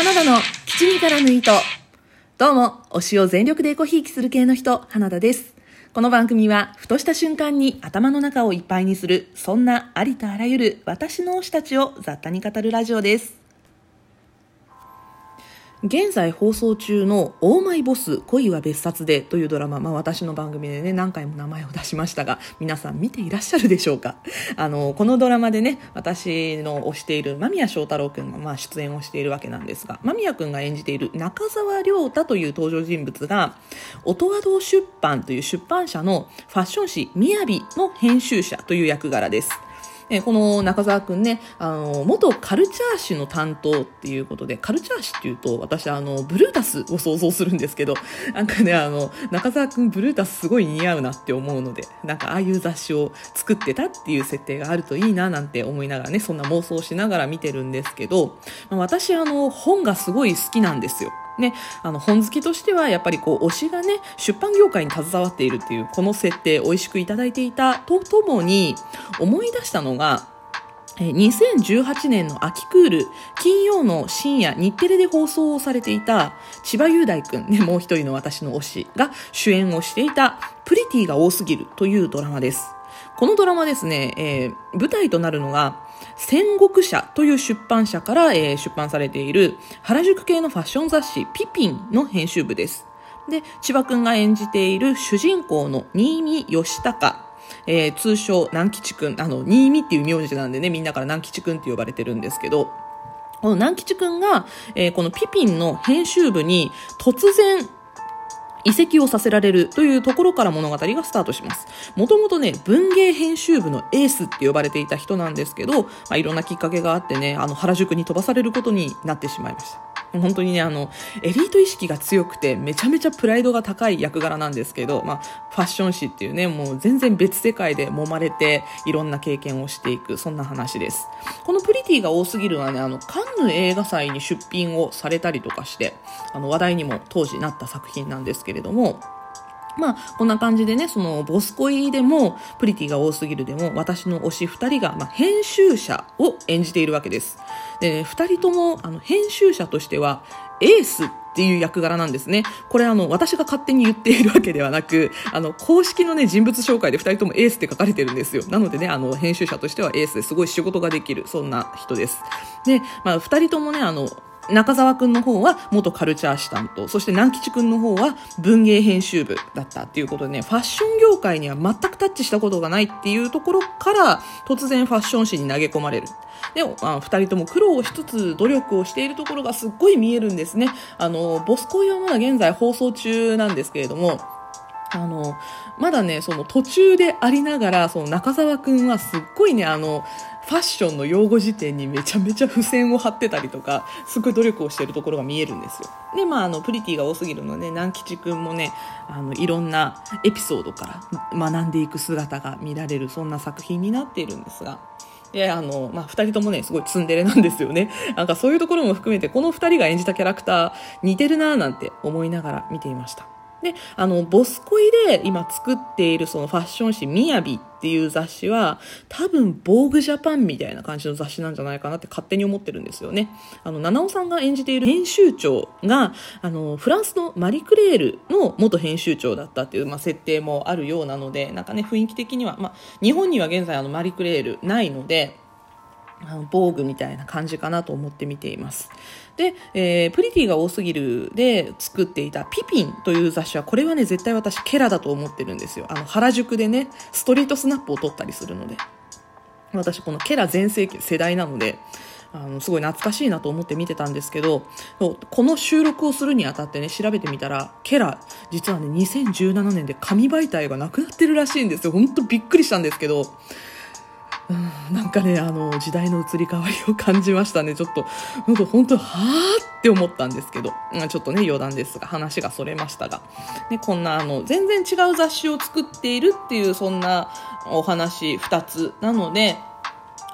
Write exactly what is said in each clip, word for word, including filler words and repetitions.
花田の吉にからぬ糸。どうも、推しを全力でエコひいきする系の人、花田です。この番組はふとした瞬間に頭の中をいっぱいにする、そんなありとあらゆる私の推したちを雑多に語るラジオです。現在放送中のオーマイボス恋は別冊でというドラマ、まあ、私の番組でね何回も名前を出しましたが、皆さん見ていらっしゃるでしょうか。あのこのドラマでね、私の推している間宮祥太朗くんがまあ出演をしているわけなんですが、間宮くんが演じている中澤亮太という登場人物が音羽堂出版という出版社のファッション誌みやびの編集者という役柄です。えこの中澤くんね、あの元カルチャー誌の担当っていうことで、カルチャー誌っていうと私あのブルータスを想像するんですけど、なんかね、あの中澤くんブルータスすごい似合うなって思うので、なんかああいう雑誌を作ってたっていう設定があるといいななんて思いながらね、そんな妄想しながら見てるんですけど、まあ、私あの本がすごい好きなんですよ。ね、あの本好きとしてはやっぱりこう推しがね出版業界に携わっているっていうこの設定美味しくいただいていたとともに、思い出したのがにせんじゅうはちねんの秋クール金曜の深夜日テレで放送をされていた千葉雄大くん、ね、もう一人の私の推しが主演をしていたプリティが多すぎるというドラマです。このドラマですね、えー、舞台となるのが戦国社という出版社から、えー、出版されている原宿系のファッション雑誌ピピンの編集部です。で、千葉くんが演じている主人公の新見義孝、えー、通称南吉くん、あの新見っていう名字なんでね、みんなから南吉くんって呼ばれてるんですけど、この南吉くんが、えー、このピピンの編集部に突然移籍をさせられるというところから物語がスタートします。もともとね、文芸編集部のエースって呼ばれていた人なんですけど、まあ、いろんなきっかけがあってね、あの原宿に飛ばされることになってしまいました。本当にね、あのエリート意識が強くてめちゃめちゃプライドが高い役柄なんですけど、まあ、ファッション誌っていうね、もう全然別世界で揉まれていろんな経験をしていく、そんな話です。このプリティが多すぎるのはね、あのカンヌ映画祭に出品をされたりとかして、あの話題にも当時なった作品なんですけれども、まあ、こんな感じでね、そのボス恋でもプリティが多すぎるでも私の推し二人が、まあ、編集者を演じているわけです。で、ね、二人ともあの編集者としてはエースっていう役柄なんですね。これあの私が勝手に言っているわけではなく、あの公式のね人物紹介で二人ともエースって書かれてるんですよ。なのでね、あの編集者としてはエースですごい仕事ができる、そんな人です。で、まあ二人ともね、あの中澤くんの方は元カルチャー誌担当、そして南吉くんの方は文芸編集部だったっていうことでね、ファッション業界には全くタッチしたことがないっていうところから突然ファッション誌に投げ込まれる。で、あ、二人とも苦労をしつつ努力をしているところがすっごい見えるんですね。あのボス恋はまだ現在放送中なんですけれども、あのまだねその途中でありながら、その中澤くんはすっごいね、あのファッションの用語辞典にめちゃめちゃ付箋を貼ってたりとか、すごい努力をしているところが見えるんですよ。で、まあ、あのプリティが多すぎるので、南吉くんもね、あのいろんなエピソードから学んでいく姿が見られる、そんな作品になっているんですが、で、あの、まあ、二人ともね、すごいツンデレなんですよね。なんかそういうところも含めて、この二人が演じたキャラクター似てるなーなんて思いながら見ていました。で、あのボス恋で今作っているそのファッション誌みやびっていう雑誌は多分ボーグジャパンみたいな感じの雑誌なんじゃないかなって勝手に思ってるんですよね。あの七尾さんが演じている編集長があのフランスのマリクレールの元編集長だったっていう、まあ、設定もあるようなので、なんかね雰囲気的には、まあ、日本には現在あのマリクレールないので、あの防具みたいな感じかなと思って見ています。で、えー、プリティが多すぎるで作っていたピピンという雑誌は、これはね絶対私ケラだと思ってるんですよ。あの原宿でねストリートスナップを撮ったりするので、私このケラ全盛期世代なので、あのすごい懐かしいなと思って見てたんですけど、この収録をするにあたってね調べてみたら、ケラ実はねにせんじゅうななねんで紙媒体がなくなってるらしいんですよ。本当びっくりしたんですけど、うん、なんかねあの時代の移り変わりを感じましたね。ちょっと本当はーって思ったんですけど、ちょっとね余談ですが話がそれましたが、ね、こんなあの全然違う雑誌を作っているっていうそんなお話ふたつなので、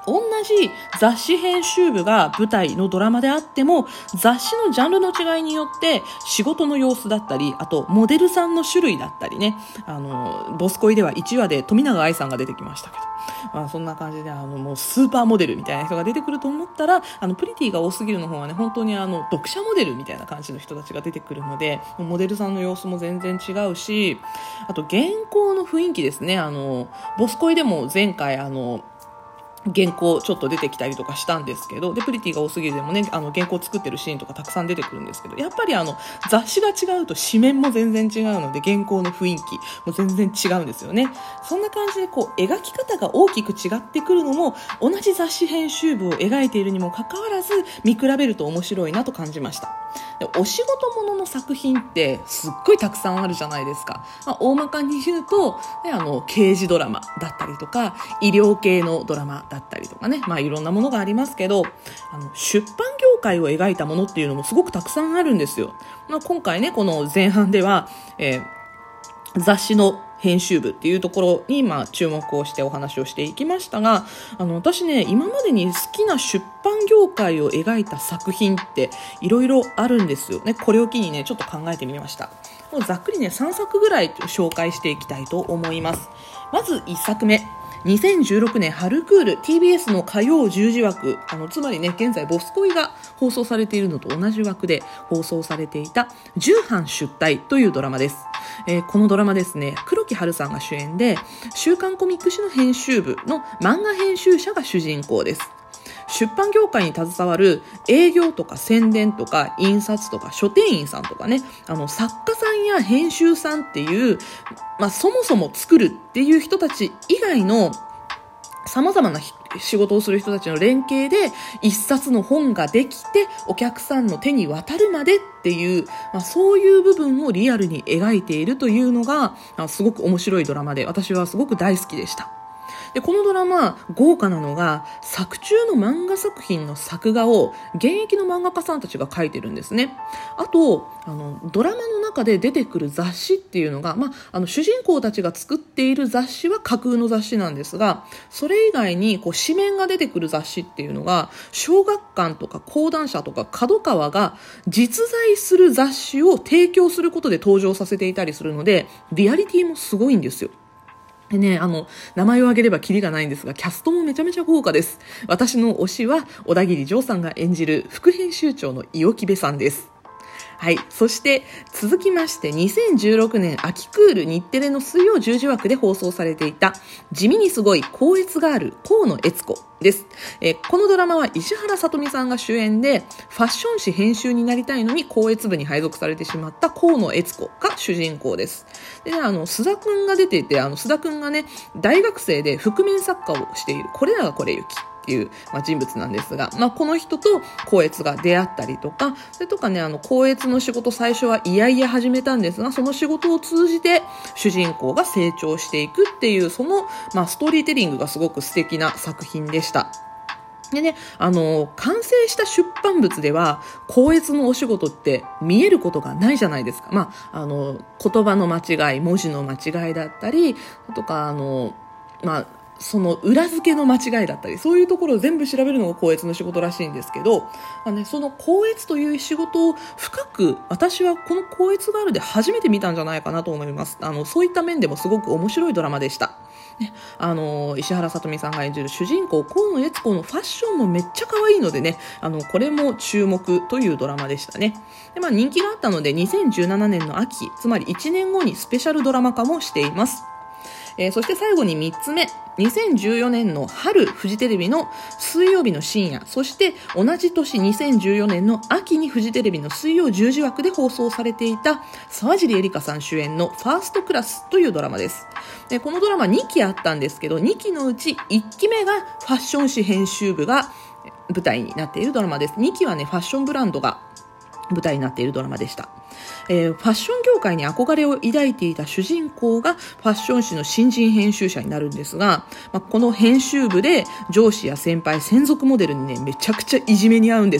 同じ雑誌編集部が舞台のドラマであっても、雑誌のジャンルの違いによって仕事の様子だったり、あとモデルさんの種類だったりね、あのボス恋ではいちわで富永愛さんが出てきましたけど、まあ、そんな感じであのもうスーパーモデルみたいな人が出てくると思ったら、あのプリティが多すぎるの方はね、本当にあの読者モデルみたいな感じの人たちが出てくるので、モデルさんの様子も全然違うし、あと原稿の雰囲気ですね。あのボス恋でも前回あの原稿ちょっと出てきたりとかしたんですけど、でプリティが多すぎるでもね、あの原稿作ってるシーンとかたくさん出てくるんですけど、やっぱりあの雑誌が違うと紙面も全然違うので、原稿の雰囲気も全然違うんですよね。そんな感じでこう描き方が大きく違ってくるのも、同じ雑誌編集部を描いているにもかかわらず見比べると面白いなと感じました。でお仕事ものの作品ってすっごいたくさんあるじゃないですか。まあ、大まかに言うと、ね、あの刑事ドラマだったりとか医療系のドラマだったりとかね、まあいろんなものがありますけど、あの出版業界を描いたものっていうのもすごくたくさんあるんですよ。まあ、今回ね、この前半では、えー、雑誌の編集部っていうところにまあ注目をしてお話をしていきましたが、あの私ね、今までに好きな出版業界を描いた作品っていろいろあるんですよね。これを機にね、ちょっと考えてみました。もうざっくりね、さんさくぐらい紹介していきたいと思います。まずいっさくめ、にせんじゅうろくねん春クール ティービーエス の火曜じゅうじ枠、あのつまりね、現在ボス恋が放送されているのと同じ枠で放送されていた重版出退というドラマです。えー、このドラマですね、黒木華さんが主演で、週刊コミック誌の編集部の漫画編集者が主人公です。出版業界に携わる営業とか宣伝とか印刷とか書店員さんとかね、あの作家さんや編集さんっていう、まあ、そもそも作るっていう人たち以外の様々な仕事をする人たちの連携で一冊の本ができてお客さんの手に渡るまでっていう、まあ、そういう部分をリアルに描いているというのがすごく面白いドラマで、私はすごく大好きでした。でこのドラマ豪華なのが、作中の漫画作品の作画を現役の漫画家さんたちが書いてるんですね。あとあのドラマの中で出てくる雑誌っていうのが、まあ、あの主人公たちが作っている雑誌は架空の雑誌なんですが、それ以外にこう紙面が出てくる雑誌っていうのが、小学館とか講談社とか角川が実在する雑誌を提供することで登場させていたりするので、リアリティもすごいんですよ。でね、あの名前を挙げればキリがないんですが、キャストもめちゃめちゃ豪華です。私の推しは小田切丈さんが演じる副編集長の伊尾木部さんです。はい。そして続きまして、にせんじゅうろくねん秋クール日テレの水曜じゅうじ枠で放送されていた地味にすごい高越ガール河野悦子です。えー、このドラマは石原さとみさんが主演で、ファッション誌編集になりたいのに高越部に配属されてしまった河野悦子が主人公です。で、あの須田くんが出ていて、あの須田くんがね、大学生で覆面作家をしているこれらがこれゆきっていう、まあ、人物なんですが、まあ、この人と高越が出会ったりとか、それとかね、あの高越の仕事最初はいやいや始めたんですが、その仕事を通じて主人公が成長していくっていう、その、まあ、ストーリーテリングがすごく素敵な作品でした。でね、あの完成した出版物では高越のお仕事って見えることがないじゃないですか。まあ、あの言葉の間違い、文字の間違いだったりとか、あのまあその裏付けの間違いだったり、そういうところを全部調べるのが高越の仕事らしいんですけど、あのね、その高越という仕事を深く、私はこの高越ガールで初めて見たんじゃないかなと思います。あのそういった面でもすごく面白いドラマでした。ね、あの石原さとみさんが演じる主人公河野悦子のファッションもめっちゃ可愛いのでね、あのこれも注目というドラマでしたね。で、まあ、人気があったのでにせんじゅうななねんの秋、つまりいちねんごにスペシャルドラマ化もしています。えー、そして最後にみっつめ、にせんじゅうよねんの春フジテレビの水曜日の深夜、そして同じ年にせんじゅうよねんの秋にフジテレビの水曜じゅうじ枠で放送されていた沢尻エリカさん主演のファーストクラスというドラマです。でこのドラマにきあったんですけど、にきのうちいっきめがファッション誌編集部が舞台になっているドラマです。にきはね、ファッションブランドが舞台になっているドラマでした。えー、ファッション業界に憧れを抱いていた主人公がファッション誌の新人編集者になるんですが、まあ、この編集部で上司や先輩、専属モデルにね、めちゃくちゃいじめに遭うんですよ。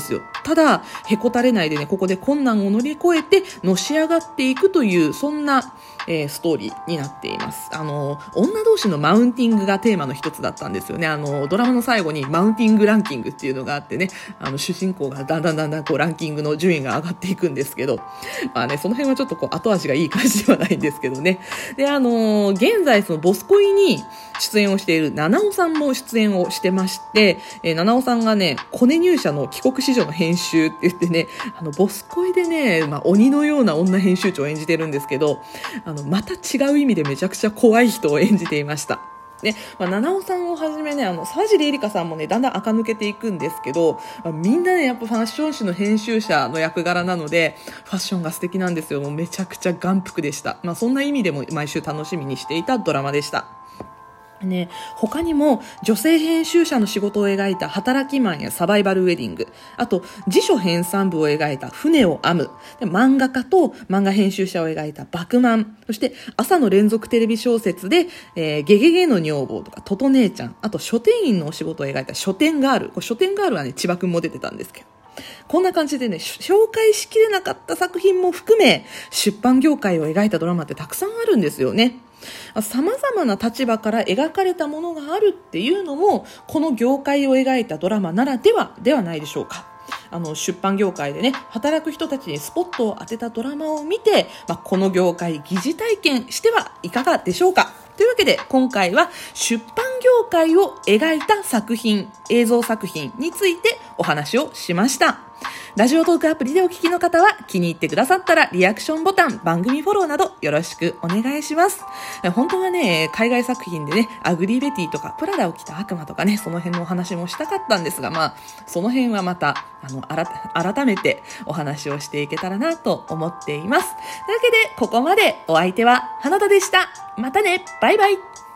ただへこたれないでね、ここで困難を乗り越えてのし上がっていくという、そんな、えー、ストーリーになっています。あの女同士のマウンティングがテーマの一つだったんですよね。あのドラマの最後にマウンティングランキングっていうのがあってね、あの主人公がだんだんだんだんこうランキングの順位が上がっていくんですけど、まあね、その辺はちょっとこう後味がいい感じではないんですけどね。で、あの現在そのボス恋に出演をしている七尾さんも出演をしてまして、えー、七尾さんがね、コネ入社の帰国子女の編集って言ってね、あのボス恋でね、まあ、鬼のような女編集長を演じてるんですけど、あのまた違う意味でめちゃくちゃ怖い人を演じていました。ね、まあ、七尾さんをはじめね、あの沢尻エリカさんもね、だんだん垢抜けていくんですけど、まあ、みんなね、やっぱファッション誌の編集者の役柄なのでファッションが素敵なんですよ。もうめちゃくちゃ眼福でした。まあ、そんな意味でも毎週楽しみにしていたドラマでした。ね、他にも女性編集者の仕事を描いた働きマンやサバイバルウェディング、あと辞書編纂部を描いた船を編む、で漫画家と漫画編集者を描いたバクマン、そして朝の連続テレビ小説で、えー、ゲゲゲの女房とかトト姉ちゃん、あと書店員のお仕事を描いた書店ガール、これ書店ガールはね千葉くんも出てたんですけど、こんな感じでね、紹介しきれなかった作品も含め出版業界を描いたドラマってたくさんあるんですよね。様々な立場から描かれたものがあるっていうのも、この業界を描いたドラマならではではないでしょうか。あの出版業界でね、働く人たちにスポットを当てたドラマを見て、まあ、この業界疑似体験してはいかがでしょうか。というわけで今回は出版業界を描いた作品、映像作品についてお話をしました。ラジオトークアプリでお聞きの方は気に入ってくださったらリアクションボタン、番組フォローなどよろしくお願いします。本当はね、海外作品でね、アグリーベティとかプラダを着た悪魔とかね、その辺のお話もしたかったんですが、まあその辺はまたあの改めてお話をしていけたらなと思っています。というわけでここまでお相手は花田でした。またね、バイバイ。